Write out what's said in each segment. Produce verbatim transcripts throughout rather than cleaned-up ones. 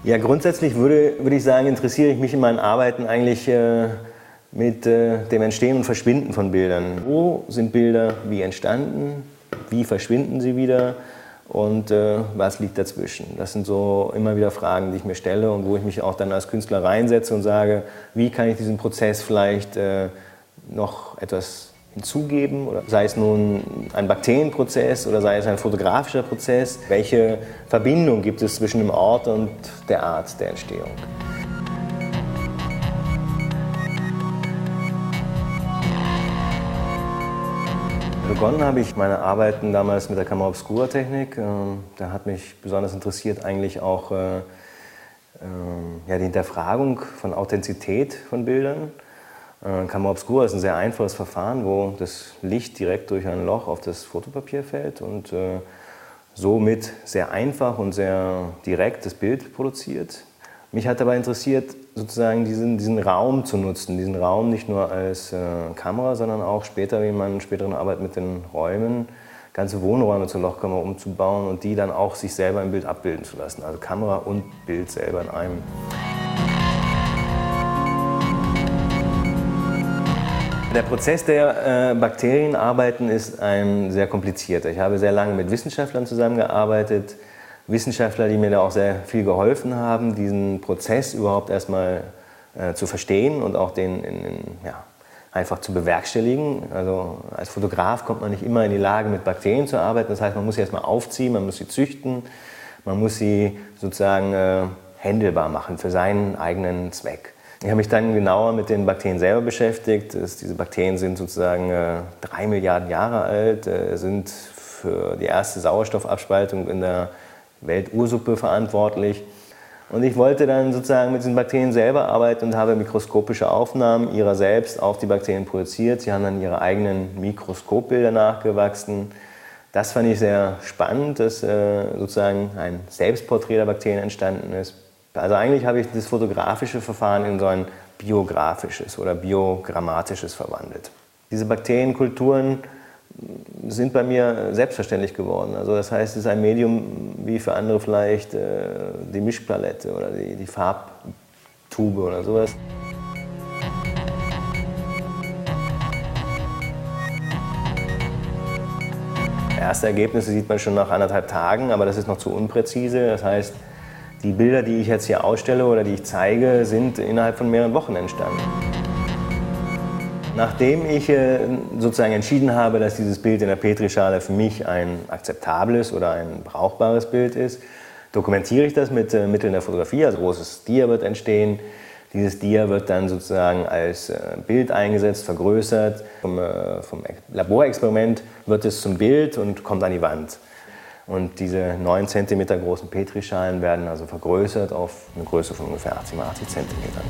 Ja, grundsätzlich würde, würde ich sagen, interessiere ich mich in meinen Arbeiten eigentlich äh, mit äh, dem Entstehen und Verschwinden von Bildern. Wo sind Bilder wie entstanden? Wie verschwinden sie wieder? Und äh, was liegt dazwischen? Das sind so immer wieder Fragen, die ich mir stelle und wo ich mich auch dann als Künstler reinsetze und sage, wie kann ich diesen Prozess vielleicht äh, noch etwas hinzugeben, oder sei es nun ein Bakterienprozess oder sei es ein fotografischer Prozess. Welche Verbindung gibt es zwischen dem Ort und der Art der Entstehung? Begonnen habe ich meine Arbeiten damals mit der Camera Obscura Technik. Da hat mich besonders interessiert eigentlich auch ja, die Hinterfragung von Authentizität von Bildern. Camera Obscura ist ein sehr einfaches Verfahren, wo das Licht direkt durch ein Loch auf das Fotopapier fällt und äh, somit sehr einfach und sehr direkt das Bild produziert. Mich hat dabei interessiert, sozusagen diesen, diesen Raum zu nutzen, diesen Raum nicht nur als äh, Kamera, sondern auch später, wie in meiner späteren Arbeit mit den Räumen, ganze Wohnräume zur Lochkamera umzubauen und die dann auch sich selber im Bild abbilden zu lassen. Also Kamera und Bild selber in einem. Der Prozess der äh, Bakterienarbeiten ist ein sehr komplizierter. Ich habe sehr lange mit Wissenschaftlern zusammengearbeitet, Wissenschaftler, die mir da auch sehr viel geholfen haben, diesen Prozess überhaupt erstmal äh, zu verstehen und auch den in, in, ja, einfach zu bewerkstelligen. Also als Fotograf kommt man nicht immer in die Lage, mit Bakterien zu arbeiten. Das heißt, man muss sie erstmal aufziehen, man muss sie züchten, man muss sie sozusagen äh, händelbar machen für seinen eigenen Zweck. Ich habe mich dann genauer mit den Bakterien selber beschäftigt. Diese Bakterien sind sozusagen äh, drei Milliarden Jahre alt, äh, sind für die erste Sauerstoffabspaltung in der Weltursuppe verantwortlich. Und ich wollte dann sozusagen mit diesen Bakterien selber arbeiten und habe mikroskopische Aufnahmen ihrer selbst auf die Bakterien projiziert. Sie haben dann ihre eigenen Mikroskopbilder nachgewachsen. Das fand ich sehr spannend, dass äh, sozusagen ein Selbstporträt der Bakterien entstanden ist. Also eigentlich habe ich das fotografische Verfahren in so ein biografisches oder biogrammatisches verwandelt. Diese Bakterienkulturen sind bei mir selbstverständlich geworden. Also das heißt, es ist ein Medium wie für andere vielleicht äh, die Mischpalette oder die, die Farbtube oder sowas. Erste Ergebnisse sieht man schon nach anderthalb Tagen, aber das ist noch zu unpräzise. Das heißt, die Bilder, die ich jetzt hier ausstelle oder die ich zeige, sind innerhalb von mehreren Wochen entstanden. Nachdem ich sozusagen entschieden habe, dass dieses Bild in der Petrischale für mich ein akzeptables oder ein brauchbares Bild ist, dokumentiere ich das mit Mitteln der Fotografie. Also großes Dia wird entstehen. Dieses Dia wird dann sozusagen als Bild eingesetzt, vergrößert. Vom, vom Laborexperiment wird es zum Bild und kommt an die Wand. Und diese neun Zentimeter großen Petrischalen werden also vergrößert auf eine Größe von ungefähr achtzig mal achtzig Zentimetern.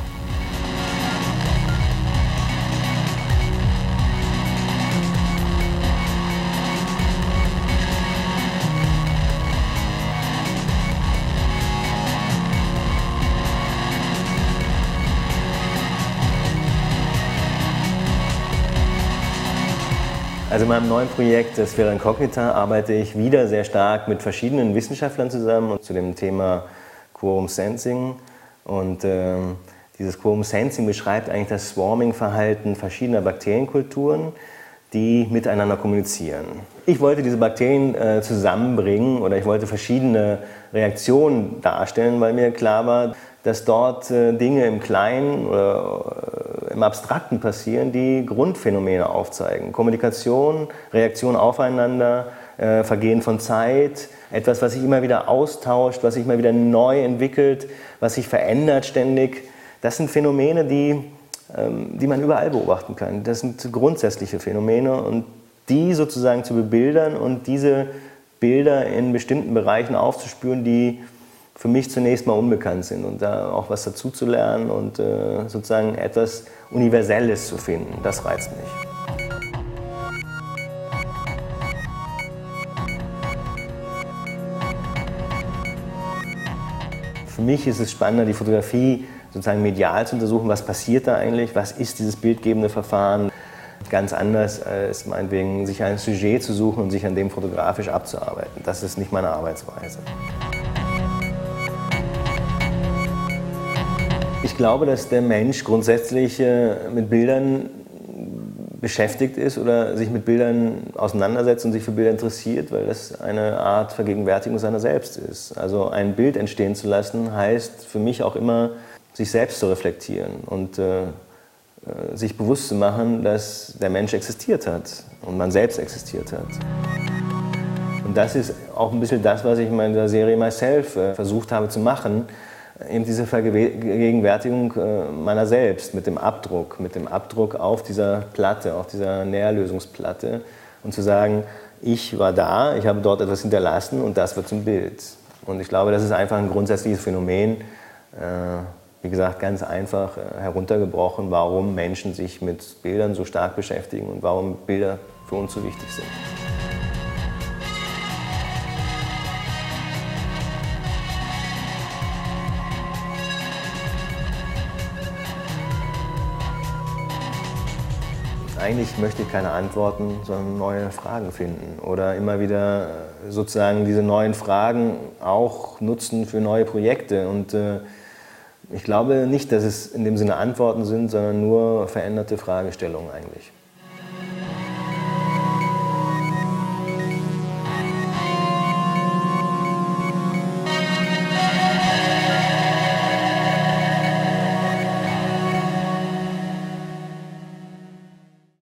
Also in meinem neuen Projekt Sphära Incognita arbeite ich wieder sehr stark mit verschiedenen Wissenschaftlern zusammen und zu dem Thema Quorum Sensing. Und äh, dieses Quorum Sensing beschreibt eigentlich das Swarming-Verhalten verschiedener Bakterienkulturen, die miteinander kommunizieren. Ich wollte diese Bakterien äh, zusammenbringen oder ich wollte verschiedene Reaktionen darstellen, weil mir klar war, dass dort äh, Dinge im Kleinen oder äh, im Abstrakten passieren, die Grundphänomene aufzeigen. Kommunikation, Reaktion aufeinander, äh, Vergehen von Zeit, etwas, was sich immer wieder austauscht, was sich immer wieder neu entwickelt, was sich verändert ständig. Das sind Phänomene, die, ähm, die man überall beobachten kann. Das sind grundsätzliche Phänomene und die sozusagen zu bebildern und diese Bilder in bestimmten Bereichen aufzuspüren, die für mich zunächst mal unbekannt sind und da auch was dazu zu lernen und äh, sozusagen etwas Universelles zu finden, das reizt mich. Für mich ist es spannender, die Fotografie sozusagen medial zu untersuchen, was passiert da eigentlich, was ist dieses bildgebende Verfahren. Ganz anders als meinetwegen sich ein Sujet zu suchen und sich an dem fotografisch abzuarbeiten. Das ist nicht meine Arbeitsweise. Ich glaube, dass der Mensch grundsätzlich mit Bildern beschäftigt ist oder sich mit Bildern auseinandersetzt und sich für Bilder interessiert, weil das eine Art Vergegenwärtigung seiner selbst ist. Also ein Bild entstehen zu lassen, heißt für mich auch immer, sich selbst zu reflektieren und äh, sich bewusst zu machen, dass der Mensch existiert hat und man selbst existiert hat. Und das ist auch ein bisschen das, was ich in meiner Serie Myself äh, versucht habe zu machen, eben diese Vergegenwärtigung meiner selbst mit dem Abdruck, mit dem Abdruck auf dieser Platte, auf dieser Nährlösungsplatte und zu sagen, ich war da, ich habe dort etwas hinterlassen und das wird zum Bild. Und ich glaube, das ist einfach ein grundsätzliches Phänomen, wie gesagt, ganz einfach heruntergebrochen, warum Menschen sich mit Bildern so stark beschäftigen und warum Bilder für uns so wichtig sind. Eigentlich möchte ich keine Antworten, sondern neue Fragen finden oder immer wieder sozusagen diese neuen Fragen auch nutzen für neue Projekte. Und äh, ich glaube nicht, dass es in dem Sinne Antworten sind, sondern nur veränderte Fragestellungen eigentlich.